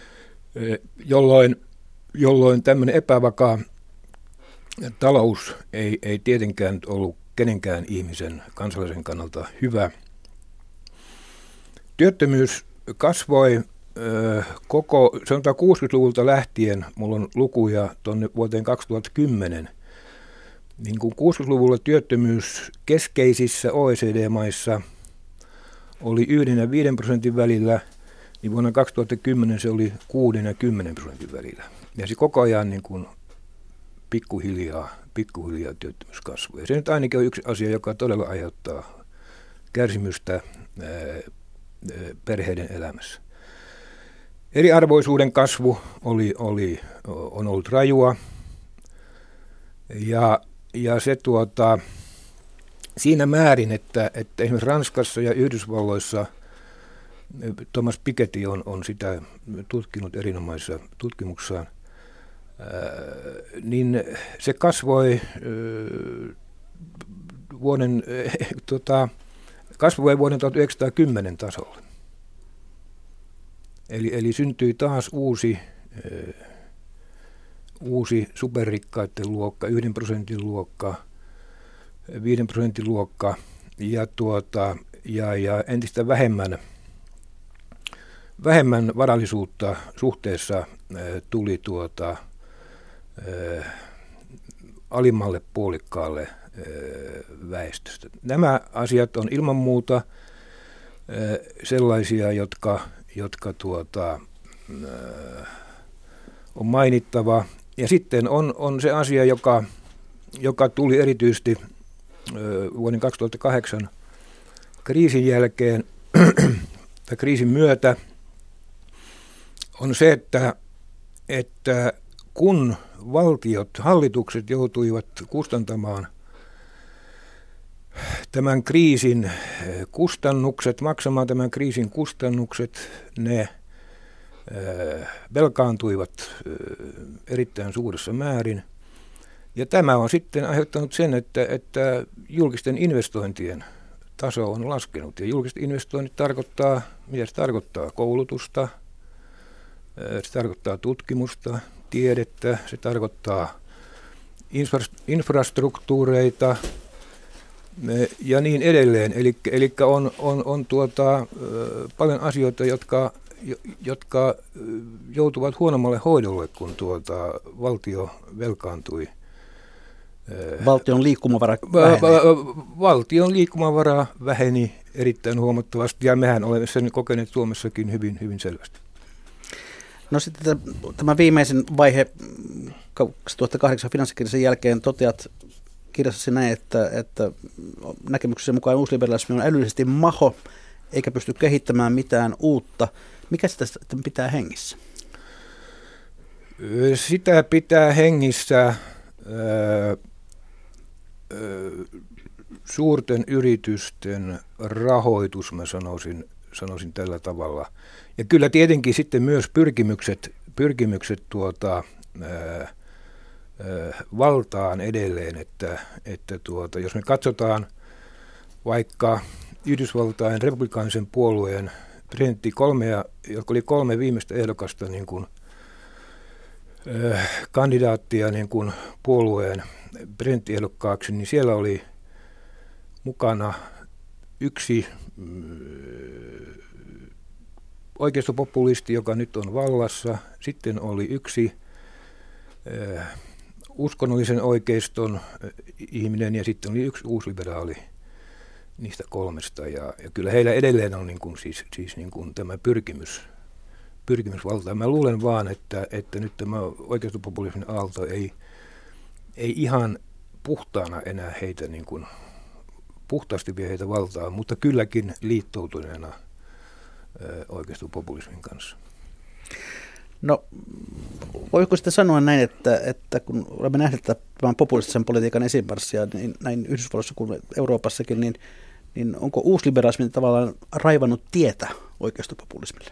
jolloin tämmöinen epävakaa talous ei tietenkään ollut kenenkään ihmisen kansalaisen kannalta hyvä. Työttömyys kasvoi sanotaan 60-luvulta lähtien, mulla on lukuja tuonne vuoteen 2010, niin kun 60-luvulla työttömyys keskeisissä OECD-maissa oli 1-5% välillä, niin vuonna 2010 se oli 6-10% välillä. Ja se koko ajan niin kuin pikkuhiljaa työttömyys kasvoi. Ja se nyt ainakin on yksi asia, joka todella aiheuttaa kärsimystä perheiden elämässä. Eriarvoisuuden kasvu on ollut rajua, ja se siinä määrin, että esimerkiksi Ranskassa ja Yhdysvalloissa Thomas Piketty on sitä tutkinut erinomaisessa tutkimuksessaan, niin se kasvoi vuoden 1910 tasolle. Eli syntyi taas uusi superrikkaiden luokka, 1% luokka, 5% luokka ja entistä vähemmän varallisuutta suhteessa tuli alimmalle puolikkaalle väestöstä. Nämä asiat on ilman muuta sellaisia, jotka on mainittava. Ja sitten on se asia, joka tuli erityisesti vuoden 2008 kriisin jälkeen tai kriisin myötä, on se, että kun hallitukset joutuivat kustantamaan tämän kriisin kustannukset, maksamaan tämän kriisin kustannukset, ne velkaantuivat erittäin suuressa määrin. Ja tämä on sitten aiheuttanut sen, että julkisten investointien taso on laskenut. Ja julkiset investoinnit tarkoittaa, mitä se tarkoittaa? Koulutusta, se tarkoittaa tutkimusta, tiedettä, se tarkoittaa infrastruktuureita ja niin edelleen. Eli on paljon asioita, jotka joutuvat huonommalle hoidolle, kun valtio velkaantui. Valtion liikkumavara väheni. Valtion liikkumavara väheni erittäin huomattavasti, ja mehän olemme sen kokeneet Suomessakin hyvin, hyvin selvästi. No sitten tämä viimeisin vaihe 2008 finanssikriisin jälkeen toteat kirjassasi näin, että näkemyksesi mukaan uusliberalismi on älyllisesti maho, eikä pysty kehittämään mitään uutta. Mikä sitä pitää hengissä? Sitä pitää hengissä suurten yritysten rahoitus, mä sanoisin tällä tavalla. Ja kyllä tietenkin sitten myös pyrkimykset valtaan edelleen, että jos me katsotaan vaikka Yhdysvaltain republikaanisen puolueen jotka oli 3 viimeistä ehdokasta niin kuin, kandidaattia niin kuin puolueen presidenttiehdokkaaksi, niin siellä oli mukana yksi oikeistopopulisti, joka nyt on vallassa. Sitten oli yksi uskonnollisen oikeiston ihminen ja sitten oli yksi uusliberaali niistä 3. Ja kyllä heillä edelleen on niin kuin, siis niin kuin tämä pyrkimys valtaan. Mä luulen vaan, että nyt tämä oikeistopopulismin aalto ei ihan puhtaana enää heitä niin kuin, puhtaasti vie heitä valtaan, mutta kylläkin liittoutuneena oikeistopopulismin kanssa. No, voiko sitten sanoa näin, että kun olemme nähneet tämän populistisen politiikan esimarssia niin näin Yhdysvalloissa kuin Euroopassakin, niin onko uusliberalismi tavallaan raivannut tietä oikeistopopulismille?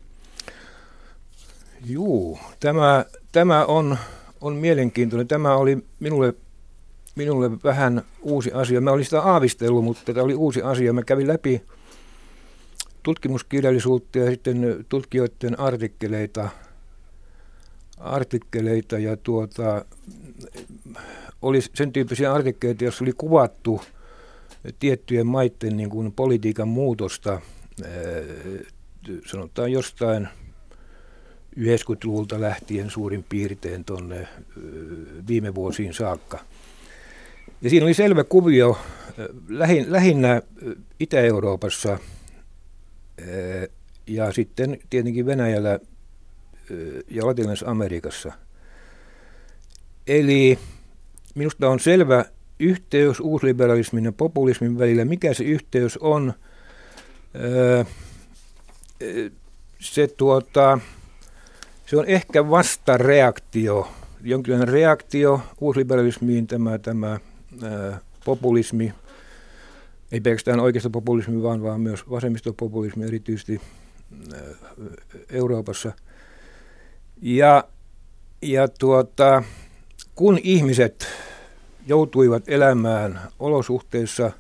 Juu, tämä on mielenkiintoinen. Tämä oli minulle vähän uusi asia. Mä olin sitä aavistellut, mutta tämä oli uusi asia. Mä kävin läpi tutkimuskirjallisuutta ja sitten tutkijoiden artikkeleita ja oli sen tyyppisiä artikkeleita, joissa oli kuvattu tiettyjen maiden niin kuin politiikan muutosta, sanotaan jostain 90-luvulta lähtien suurin piirtein tuonne viime vuosiin saakka. Ja siinä oli selvä kuvio lähinnä Itä-Euroopassa ja sitten tietenkin Venäjällä ja Latinalaisessa Amerikassa. Eli minusta on selvä yhteys uusliberalismin ja populismin välillä. Mikä se yhteys on? Se on ehkä vastareaktio, jonkinlainen reaktio uusliberalismiin, tämä populismi, ei pelkästään oikeistopopulismi, vaan myös vasemmistopopulismi erityisesti Euroopassa. Kun ihmiset joutuivat elämään olosuhteissa,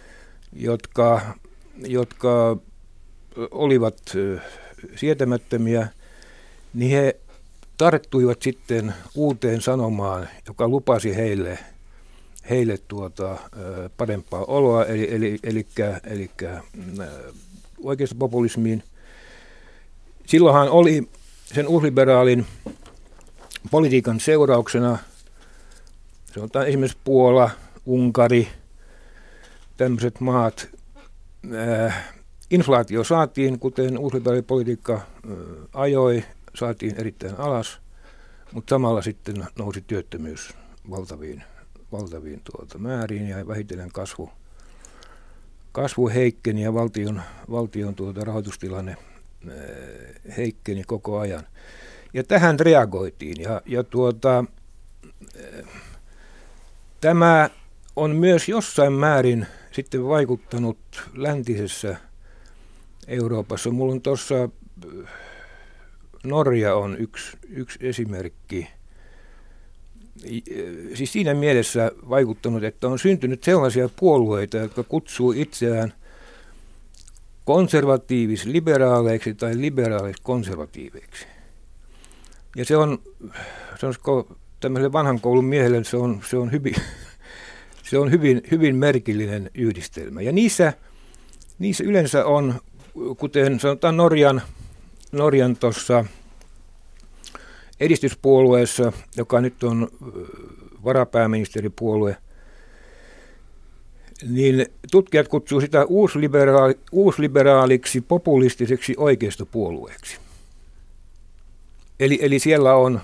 jotka olivat sietämättömiä, niin he tarttuivat sitten uuteen sanomaan, joka lupasi heille parempaa oloa, eli oikeistopopulismiin. Silloinhan oli sen uusliberaalin politiikan seurauksena, sanotaan esimerkiksi Puola, Unkari, tämmöiset maat, inflaatio saatiin, kuten uusliberalipolitiikka ajoi, saatiin erittäin alas, mutta samalla sitten nousi työttömyys valtaviin määriin ja vähitellen kasvu heikkeni ja valtion rahoitustilanne heikkeni koko ajan. Ja tähän reagoitiin ja tämä on myös jossain määrin sitten vaikuttanut läntisessä Euroopassa. Mulla on tuossa Norja on yksi esimerkki. Siis siinä mielessä vaikuttanut, että on syntynyt sellaisia puolueita, jotka kutsuu itseään konservatiivis-liberaaleiksi tai liberaalis-konservatiiveiksi. Ja se on, sanoisiko tämmöiselle vanhan koulun miehelle, se on hyvin merkillinen yhdistelmä. Ja niissä yleensä on, kuten sanotaan Norjan tuossa edistyspuolueessa, joka nyt on varapääministeripuolue, niin tutkijat kutsuu sitä uusliberaaliksi, populistiseksi oikeistopuolueeksi. Eli siellä on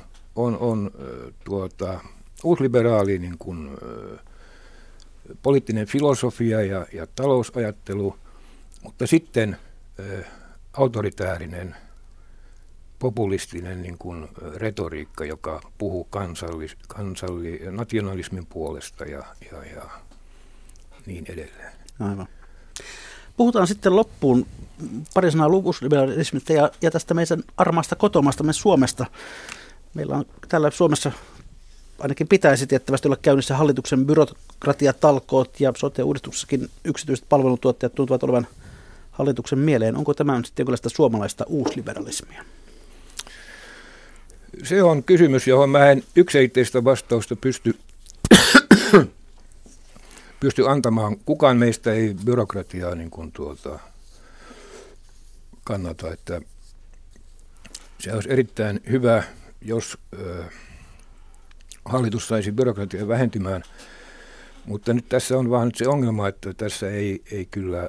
uusliberaali niin kuin, poliittinen filosofia ja talousajattelu, mutta sitten autoritäärinen, populistinen niin kuin retoriikka, joka puhuu nationalismin puolesta ja niin edelleen. Aivan. Puhutaan sitten loppuun pari sanaa uusliberalismista ja tästä meidän armaasta kotomastamme Suomesta. Meillä on täällä Suomessa ainakin pitäisi tiettävästi olla käynnissä hallituksen byrokratiatalkoot ja sote-uudistuksessakin yksityiset palveluntuottajat tuntuvat olevan hallituksen mieleen. Onko tämä nyt sitten jonkinlaista suomalaista uusliberalismia? Se on kysymys, johon mä en yksiselitteistä vastausta pysty antamaan. Kukaan meistä ei byrokratiaa niin kuin kannata, että se olisi erittäin hyvä, jos hallitus saisi byrokratiaa vähentymään, mutta nyt tässä on vaan se ongelma, että tässä ei kyllä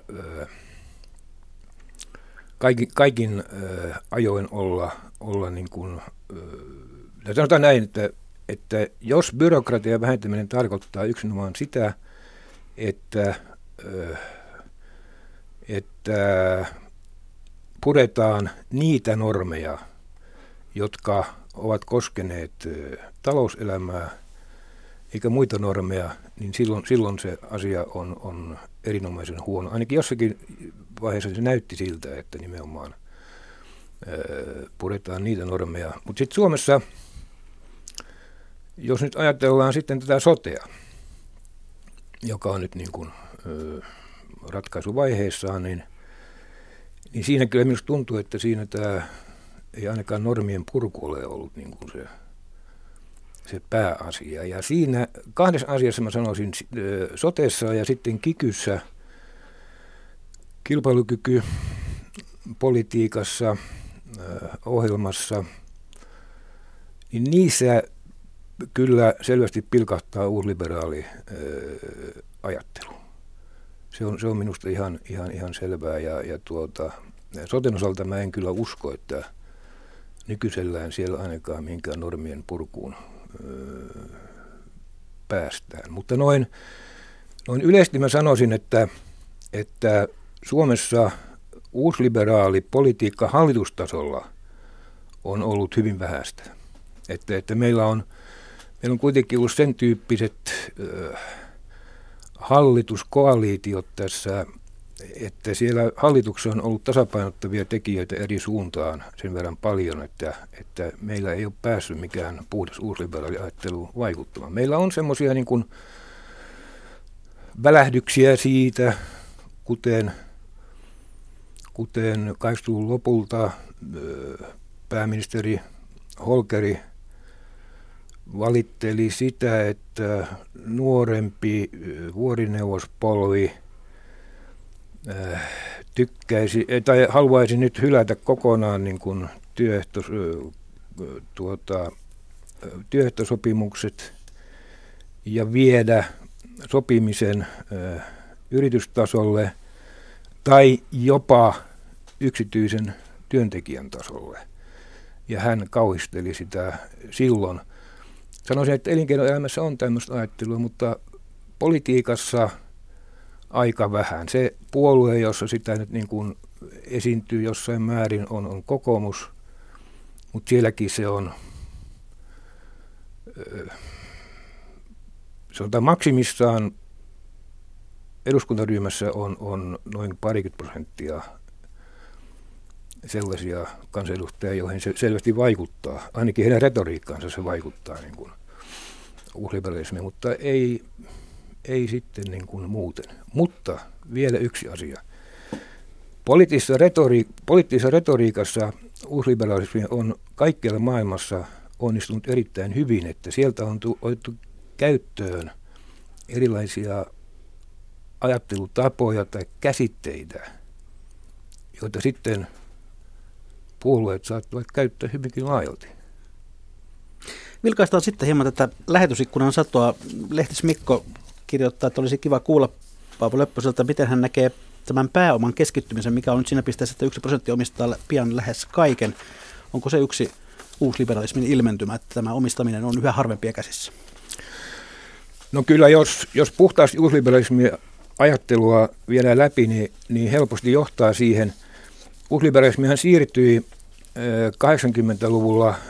kaikin ajoin olla niin kuin, sanotaan näin, että jos byrokratian vähentäminen tarkoittaa yksinomaan sitä, että puretaan niitä normeja, jotka ovat koskeneet talouselämää, eikä muita normeja, niin silloin se asia on erinomaisen huono. Ainakin jossakin vaiheessa se näytti siltä, että nimenomaan puretaan niitä normeja. Mutta sitten Suomessa, jos nyt ajatellaan sitten tätä sotea, joka on nyt niin kuin ratkaisuvaiheessaan, niin siinä kyllä minusta tuntuu, että siinä tämä ei ainakaan normien purku ole ollut niin kuin se pääasia. Ja siinä kahdessa asiassa mä sanoisin, sotessa ja sitten kikyssä, kilpailukyky, politiikassa, ohjelmassa, niin niissä kyllä selvästi pilkahtaa uusliberaali ajattelu. Se on minusta ihan selvää ja soten osalta mä en kyllä usko, että nykyisellään siellä ainakaan minkään normien purkuun päästään. Mutta noin yleisesti mä sanoisin, että Suomessa uusliberaali politiikka hallitustasolla on ollut hyvin vähäistä. Että meillä on kuitenkin ollut sen tyyppiset hallituskoalitiot tässä, että siellä hallituksessa on ollut tasapainottavia tekijöitä eri suuntaan sen verran paljon, että meillä ei ole päässyt mikään puhdas uusliberaali ajattelu vaikuttamaan. Meillä on semmoisia niin kuin välähdyksiä siitä, kuten 80-luvun lopulta pääministeri Holkeri valitteli sitä, että nuorempi vuorineuvospolvi haluaisi nyt hylätä kokonaan niin kuin työehtosopimukset ja viedä sopimisen yritystasolle tai jopa yksityisen työntekijän tasolle. Ja hän kauhisteli sitä silloin. Sanoisin, että elinkeinoelämässä on tämmöistä ajattelua, mutta politiikassa aika vähän. Se puolue, jossa sitä nyt niin kuin esiintyy jossain määrin, on kokoomus, mutta sielläkin se on maksimissaan eduskuntaryhmässä on noin 20% sellaisia kansanedustajia, joihin se selvästi vaikuttaa. Ainakin heidän retoriikkaansa se vaikuttaa niin kuin uusliberalismiin, mutta ei sitten niin kuin muuten. Mutta vielä yksi asia. Poliittisessa retoriikassa uusliberalismi on kaikkialla maailmassa onnistunut erittäin hyvin, että sieltä on otettu käyttöön erilaisia ajattelutapoja tai käsitteitä, joita sitten puolueet saattavat käyttää hyvinkin laajalti. Vilkaistaan sitten hieman tätä lähetysikkunan satoa. Lehtis Mikko kirjoittaa, että olisi kiva kuulla Paavo Lepposelta, miten hän näkee tämän pääoman keskittymisen, mikä on nyt siinä pisteessä, että 1% omistaa pian lähes kaiken. Onko se yksi uusliberalismin ilmentymä, että tämä omistaminen on yhä harvempia käsissä? No kyllä, jos puhtaasti uusliberalismin ajattelua viedään läpi, niin helposti johtaa siihen. Uusliberalismihan siirtyi 80-luvulla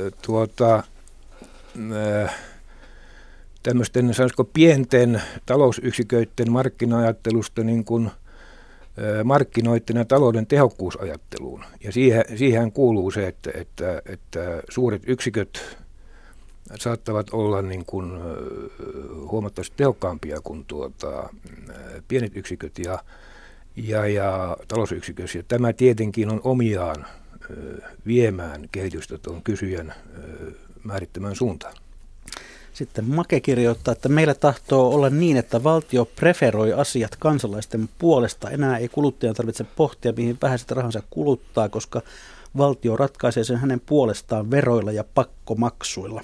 tämmöisten, sanoisiko, pienten talousyksiköiden markkina-ajattelusta niin kuin markkinoiden ja talouden tehokkuusajatteluun. Ja siihen kuuluu se, että suuret yksiköt saattavat olla niin kuin huomattavasti tehokkaampia kuin pienet yksiköt. ja talousyksikössä. Ja tämä tietenkin on omiaan viemään kehitystä tuon kysyjän määrittämään suuntaan. Sitten Make kirjoittaa, että meillä tahtoo olla niin, että valtio preferoi asiat kansalaisten puolesta. Enää ei kuluttajan tarvitse pohtia, mihin vähäiset rahansa kuluttaa, koska valtio ratkaisee sen hänen puolestaan veroilla ja pakkomaksuilla.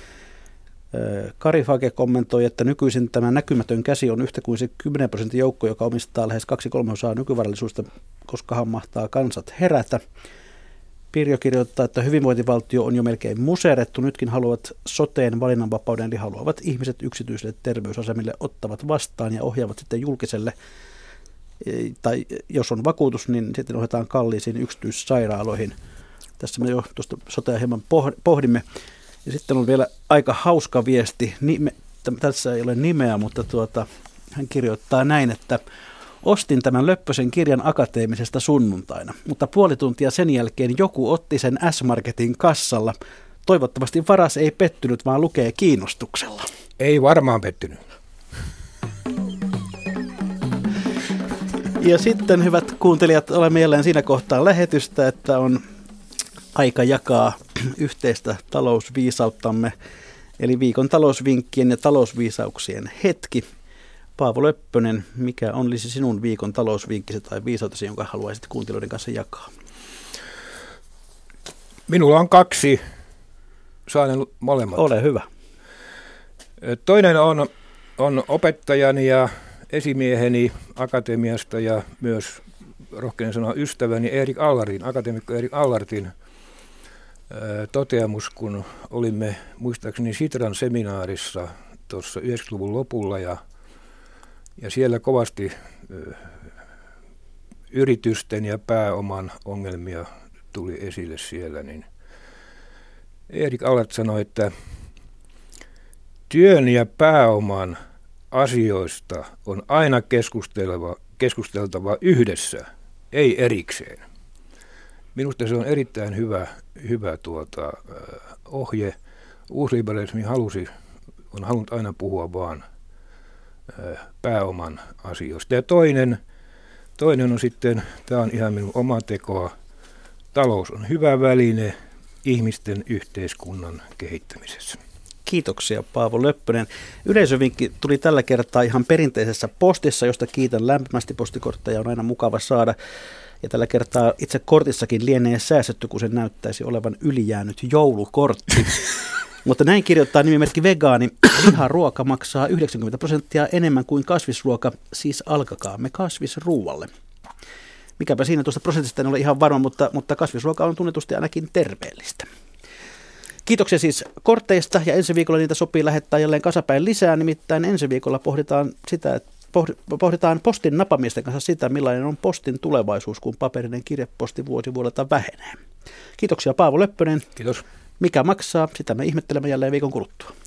Kari Fage kommentoi, että nykyisin tämä näkymätön käsi on yhtä kuin se 10% joukko, joka omistaa lähes 2/3 nykyvarallisuudesta, koska mahtaa kansat herätä. Pirjo kirjoittaa, että hyvinvointivaltio on jo melkein museerettu. Nytkin haluavat soteen valinnanvapauden, eli haluavat ihmiset yksityisille terveysasemille ottavat vastaan ja ohjaavat sitten julkiselle. Tai jos on vakuutus, niin sitten ohjataan kalliisiin yksityissairaaloihin. Tässä me jo tuosta sotea hieman pohdimme. Ja sitten on vielä aika hauska viesti. Tässä ei ole nimeä, mutta hän kirjoittaa näin, että ostin tämän Löppösen kirjan akateemisesta sunnuntaina, mutta puoli tuntia sen jälkeen joku otti sen S-Marketin kassalla. Toivottavasti varas ei pettynyt, vaan lukee kiinnostuksella. Ei varmaan pettynyt. Ja sitten, hyvät kuuntelijat, olemme jälleen siinä kohtaa lähetystä, että on aika jakaa yhteistä talousviisauttamme, eli viikon talousvinkkien ja talousviisauksien hetki. Paavo Löppönen, mikä olisi sinun viikon talousvinkkisi tai viisautesi, jonka haluaisit kuuntelijoiden kanssa jakaa? Minulla on 2. Saan molemmat. Ole hyvä. Toinen on opettajani ja esimieheni akatemiasta ja myös rohkeinen sanoa ystäväni akateemikko Erik Allartin toteamus, kun olimme muistaakseni Sitran seminaarissa tuossa 90-luvun lopulla ja siellä kovasti yritysten ja pääoman ongelmia tuli esille siellä, niin Erik Allart sanoi, että työn ja pääoman asioista on aina keskusteltava yhdessä, ei erikseen. Minusta se on erittäin hyvä ohje. Uusliberalismi on halunnut aina puhua vaan pääoman asioista. Ja toinen on sitten, tämä on ihan minun oma tekoa, talous on hyvä väline ihmisten yhteiskunnan kehittämisessä. Kiitoksia Paavo Löppönen. Yleisövinkki tuli tällä kertaa ihan perinteisessä postissa, josta kiitän lämpimästi. Postikortteja on aina mukava saada. Ja tällä kertaa itse kortissakin lienee säästetty, kun se näyttäisi olevan ylijäänyt joulukortti. Mutta näin kirjoittaa nimimerkki Vegaani. Liharuoka maksaa 90% enemmän kuin kasvisruoka, siis alkakaamme kasvisruualle. Mikäpä siinä tuosta prosentista en ole ihan varma, mutta kasvisruoka on tunnetusti ainakin terveellistä. Kiitoksia siis korteista ja ensi viikolla niitä sopii lähettää jälleen kasapäin lisää. Nimittäin ensi viikolla pohditaan postin napamiesten kanssa sitä, millainen on postin tulevaisuus, kun paperinen kirjeposti vuodelta vähenee. Kiitoksia Paavo Löppönen. Kiitos. Mikä maksaa, sitä me ihmettelemme jälleen viikon kuluttua.